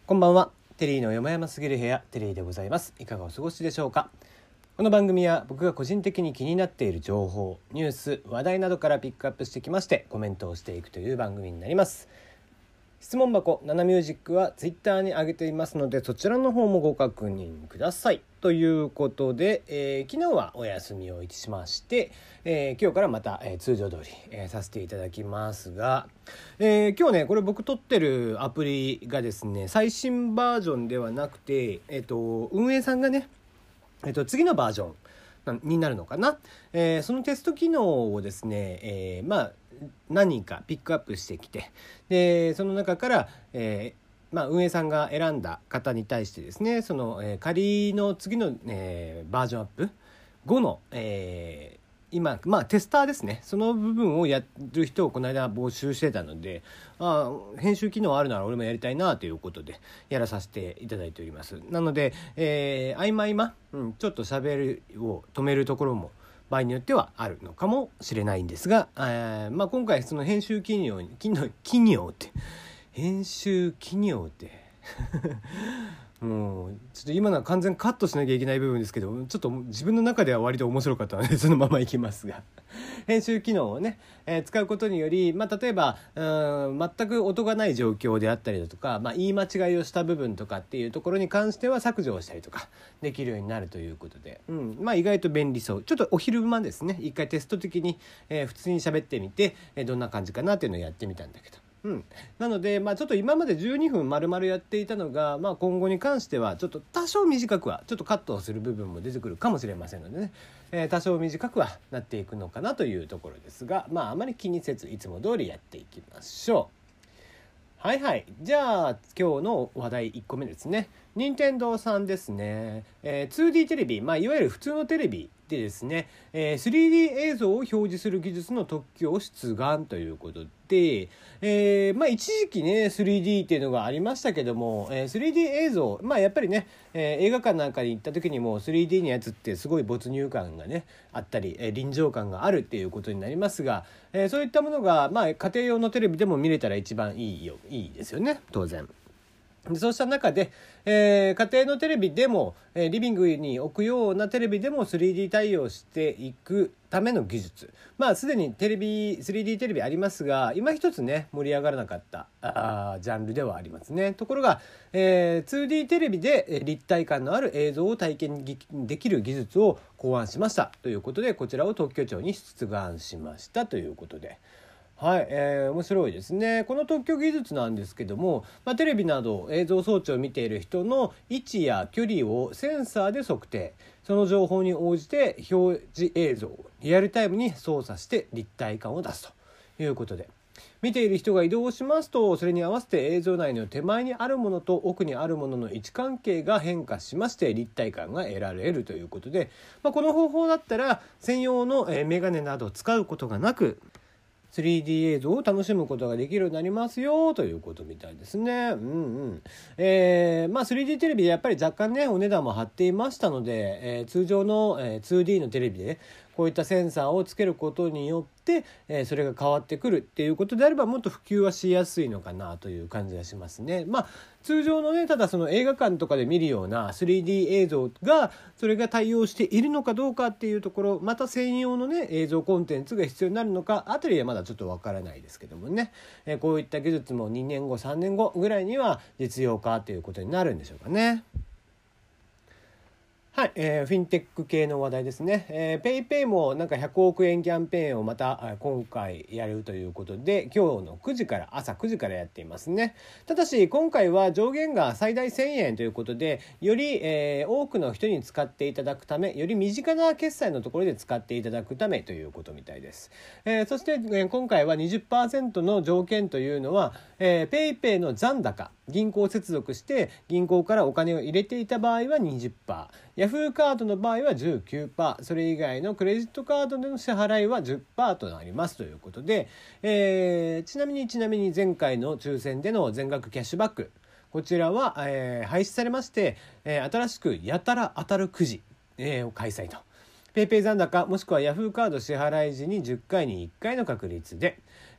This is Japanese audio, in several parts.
こんばんは。テリーのよもやますぎる部屋、テリーでございます。いかがお過ごしでしょうか。この番組は僕が個人的に気になっている情報、ニュース、話題などからピックアップしてきましてコメントをしていくという番組になります。質問箱ナナミュージックはツイッターに上げていますので、そちらの方もご確認くださいということで、昨日はお休みをいたしまして、今日からまた、通常通り、させていただきますが、今日ねこれ僕撮ってるアプリがですね、最新バージョンではなくて、運営さんがね、次のバージョンになるのかな、そのテスト機能をですね、何人かピックアップしてきて、でその中から、運営さんが選んだ方に対してですね、その、仮の次の、バージョンアップ後の、今、テスターですね、その部分をやる人をこの間募集してたので、編集機能あるなら俺もやりたいなということでやらさせていただいております。なので、合間合間、ちょっと喋るを止めるところも場合によってはあるのかもしれないんですが、今回その編集機能って編集機能ってもうちょっと今のは完全カットしなきゃいけない部分ですけど、ちょっと自分の中では割と面白かったのでそのままいきますが編集機能をね、使うことにより、例えば全く音がない状況であったりだとか、言い間違いをした部分とかっていうところに関しては削除をしたりとかできるようになるということで、意外と便利そう。ちょっとお昼間ですね、一回テスト的に、普通に喋ってみて、どんな感じかなっていうのをやってみたんだけど、なので、ちょっと今まで12分丸々やっていたのが、今後に関してはちょっと多少短くはちょっとカットをする部分も出てくるかもしれませんのでね、多少短くはなっていくのかなというところですが、あまり気にせずいつも通りやっていきましょう。じゃあ今日の話題1個目ですね。任天堂さんですね、2D テレビ、いわゆる普通のテレビでですね、3D 映像を表示する技術の特許を出願ということで、一時期ね 3D っていうのがありましたけども、3D 映像、やっぱりね、映画館なんかに行った時にも 3D のやつってすごい没入感がねあったり、臨場感があるっていうことになりますが、そういったものが、家庭用のテレビでも見れたら一番いいですよね、当然。でそうした中で、家庭のテレビでも、リビングに置くようなテレビでも 3D 対応していくための技術、すでに3D テレビありますが、今一つね盛り上がらなかったジャンルではありますね。ところが、2D テレビで立体感のある映像を体験できる技術を考案しましたということで、こちらを特許庁に出願しましたということで、面白いですね。この特許技術なんですけども、テレビなど映像装置を見ている人の位置や距離をセンサーで測定、その情報に応じて表示映像をリアルタイムに操作して立体感を出すということで、見ている人が移動しますと、それに合わせて映像内の手前にあるものと奥にあるものの位置関係が変化しまして立体感が得られるということで、この方法だったら専用のメガネなどを使うことがなく3D 映像を楽しむことができるようになりますよということみたいですね。3D テレビでやっぱり若干ねお値段も張っていましたので、通常の、2D のテレビでこういったセンサーをつけることによって、それが変わってくるっていうことであればもっと普及はしやすいのかなという感じがしますね。通常のね、ただその映画館とかで見るような 3D 映像がそれが対応しているのかどうかっていうところ、また専用のね映像コンテンツが必要になるのかあたりはまだちょっとわからないですけどもね、こういった技術も2年後3年後ぐらいには実用化ということになるんでしょうかね。フィンテック系の話題ですね。ペイペイもなんか100億円キャンペーンをまた今回やるということで、今日の朝9時からやっていますね。ただし今回は上限が最大1000円ということで、より、多くの人に使っていただくため、より身近な決済のところで使っていただくためということみたいです。そして、今回は 20% の条件というのは、ペイペイの残高、銀行接続して銀行からお金を入れていた場合は 20%、ヤフーカードの場合は 19%、 それ以外のクレジットカードでの支払いは 10% となりますということで、ちなみに前回の抽選での全額キャッシュバック、こちらは、廃止されまして、新しくやたら当たるくじ、を開催と。ペイペイ残高もしくはヤフーカード支払い時に10回に1回の確率で、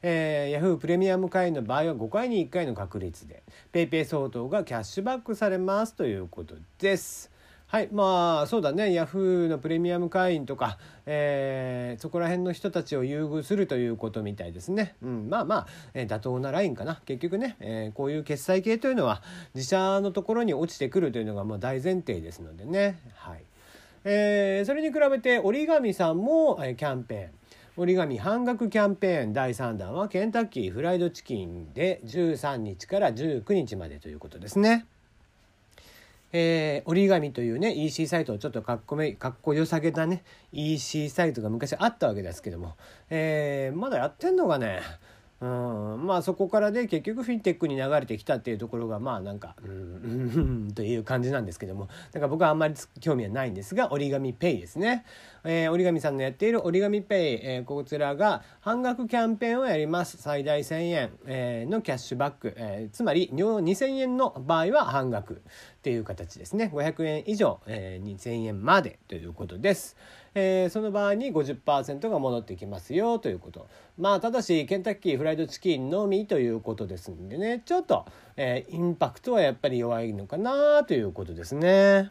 Yahoo プレミアム会員の場合は5回に1回の確率で PayPay 相当がキャッシュバックされますということです。はい、まあそうだね、ヤフーのプレミアム会員とか、そこら辺の人たちを優遇するということみたいですね。まあまあ、妥当なラインかな。結局ね、こういう決済系というのは自社のところに落ちてくるというのがもう大前提ですのでね。はい。それに比べて折り紙さんも、キャンペーン、折り紙半額キャンペーン第3弾はケンタッキーフライドチキンで13日から19日までということですね。折り紙というね EC サイトをちょっとかっこよさげなね EC サイトが昔あったわけですけども、まだやってんのがね、まあそこからで結局フィンテックに流れてきたっていうところがまあなんかという感じなんですけども、だから僕はあんまり興味はないんですが、折り紙ペイですね、折り紙さんのやっている折り紙ペイ、こちらが半額キャンペーンをやります。最大1000円、のキャッシュバック、つまり2000円の場合は半額っていう形ですね。500円以上、2000円までということです。その場合に 50% が戻ってきますよということ。まあただしケンタッキーフライドチキンのみということですんでね、ちょっと、インパクトはやっぱり弱いのかなということですね。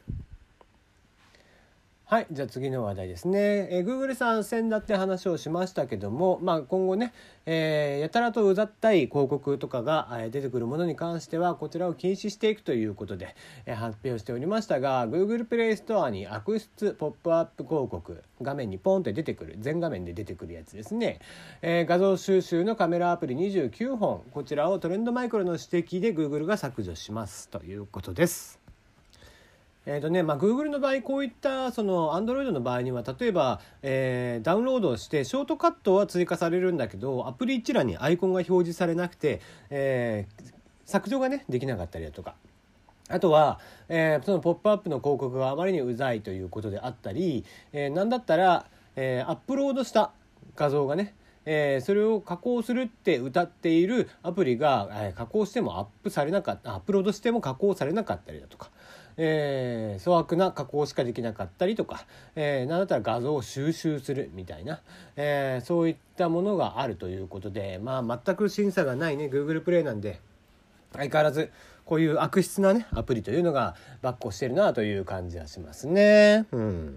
はい、じゃあ次の話題ですね。Google 参戦だって話をしましたけども、まあ、今後ね、やたらとうざったい広告とかが出てくるものに関してはこちらを禁止していくということで発表しておりましたが、 Google プレイストアに悪質ポップアップ広告、画面にポンって出てくる、全画面で出てくるやつですね。画像収集のカメラアプリ29本、こちらをトレンドマイクロの指摘で Google が削除しますということです。Google の場合こういったその Android の場合には例えば、ダウンロードをしてショートカットは追加されるんだけどアプリ一覧にアイコンが表示されなくて、削除がねできなかったりだとか、あとは、そのポップアップの広告があまりにうざいということであったり、なんだったら、アップロードした画像がね、それを加工するって謳っているアプリが、加工してもアップロードしても加工されなかったりだとか、粗悪な加工しかできなかったりとか、なんだったら画像を収集するみたいな、そういったものがあるということで、まあ全く審査がないね Google プレイなんで、相変わらずこういう悪質なねアプリというのが跋扈してるなという感じはしますね。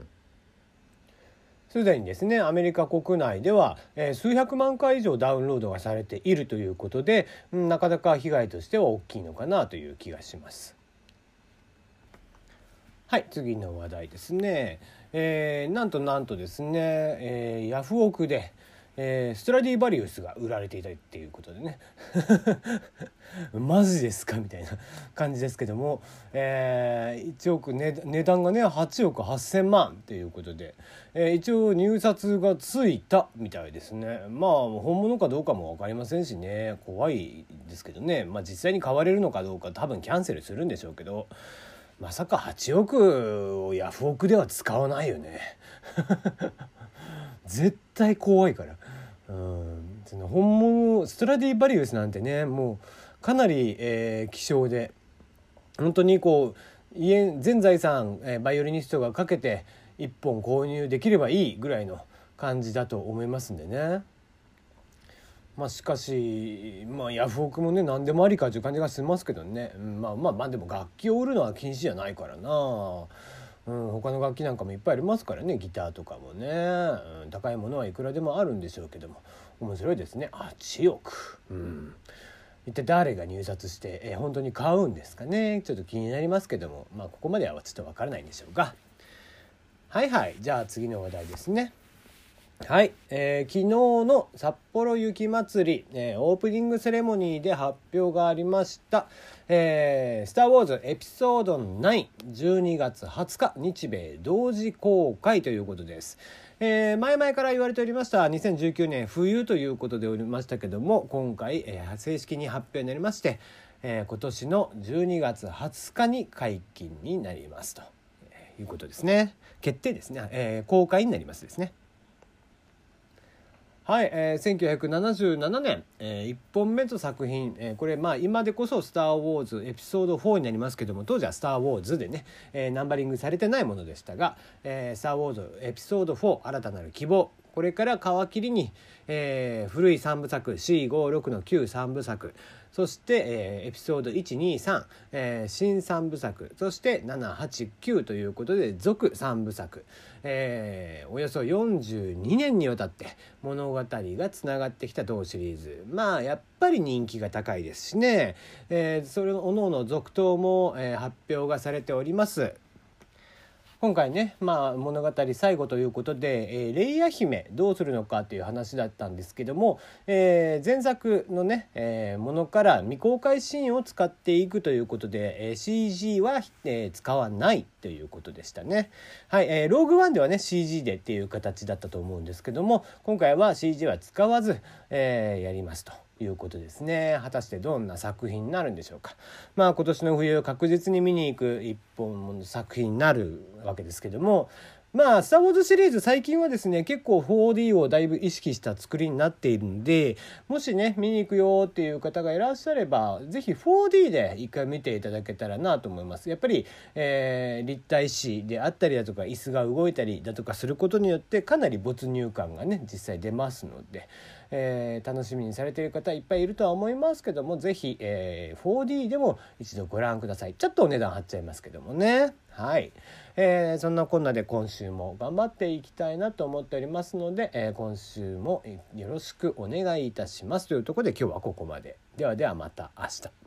すでにですねアメリカ国内では、数百万回以上ダウンロードがされているということで、なかなか被害としては大きいのかなという気がします。はい、次の話題ですね。なんとですね、ヤフオクで、ストラディバリウスが売られていたっていうことでねマジですかみたいな感じですけども、1億、値段がね8億8,000万ということで、一応入札がついたみたいですね。まあ本物かどうかも分かりませんしね、怖いですけどね、実際に買われるのかどうか多分キャンセルするんでしょうけど、まさか8億をヤフオクでは使わないよね絶対怖いから。その本物ストラディバリウスなんてね、もうかなり、希少で本当にこう全財産、バイオリニストがかけて1本購入できればいいぐらいの感じだと思いますんでね。しかし、ヤフオクもね何でもありかという感じがしますけどね。でも楽器を売るのは禁止じゃないからな。他の楽器なんかもいっぱいありますからね、ギターとかもね、高いものはいくらでもあるんでしょうけども、面白いですね。8億、一体誰が入札して、本当に買うんですかね。ちょっと気になりますけども、ここまではちょっとわからないんでしょうか。はい、じゃあ次の話題ですね。はい、昨日の札幌雪まつり、オープニングセレモニーで発表がありました、スター・ウォーズエピソード9、12月20日日米同時公開ということです。前々から言われておりました2019年冬ということでおりましたけども、今回、正式に発表になりまして、今年の12月20日に解禁になりますということですね。決定ですね、公開になりますですね。はい、1977年、1本目の作品、これ今でこそスター・ウォーズエピソード4になりますけども、当時はスター・ウォーズでね、ナンバリングされてないものでしたが、スター・ウォーズエピソード4新たなる希望、 これから皮切りに、古い3部作 C56 の旧3部作、そして、エピソード123、新3部作、そして789ということで続3部作、およそ42年にわたって物語がつながってきた同シリーズ、やっぱり人気が高いですしね、それの各々続投も、発表がされております。今回ね、物語最後ということで、レイヤ姫どうするのかという話だったんですけども、前作のね、ものから未公開シーンを使っていくということで、CG は、使わないということでしたね。はい、ローグワンではね CG でっていう形だったと思うんですけども、今回は CG は使わず、やりますということですね。果たしてどんな作品になるんでしょうか。今年の冬確実に見に行く一本の作品になるわけですけども、スター・ウォーズシリーズ最近はですね結構 4D をだいぶ意識した作りになっているので、もしね見に行くよっていう方がいらっしゃればぜひ 4D で一回見ていただけたらなと思います。やっぱり、立体視であったりだとか椅子が動いたりだとかすることによってかなり没入感がね実際出ますので、楽しみにされている方いっぱいいるとは思いますけども、ぜひ、4D でも一度ご覧ください。ちょっとお値段張っちゃいますけどもね。はい、そんなこんなで今週も頑張っていきたいなと思っておりますので、今週もよろしくお願いいたしますというところで今日はここまで。ではまた明日。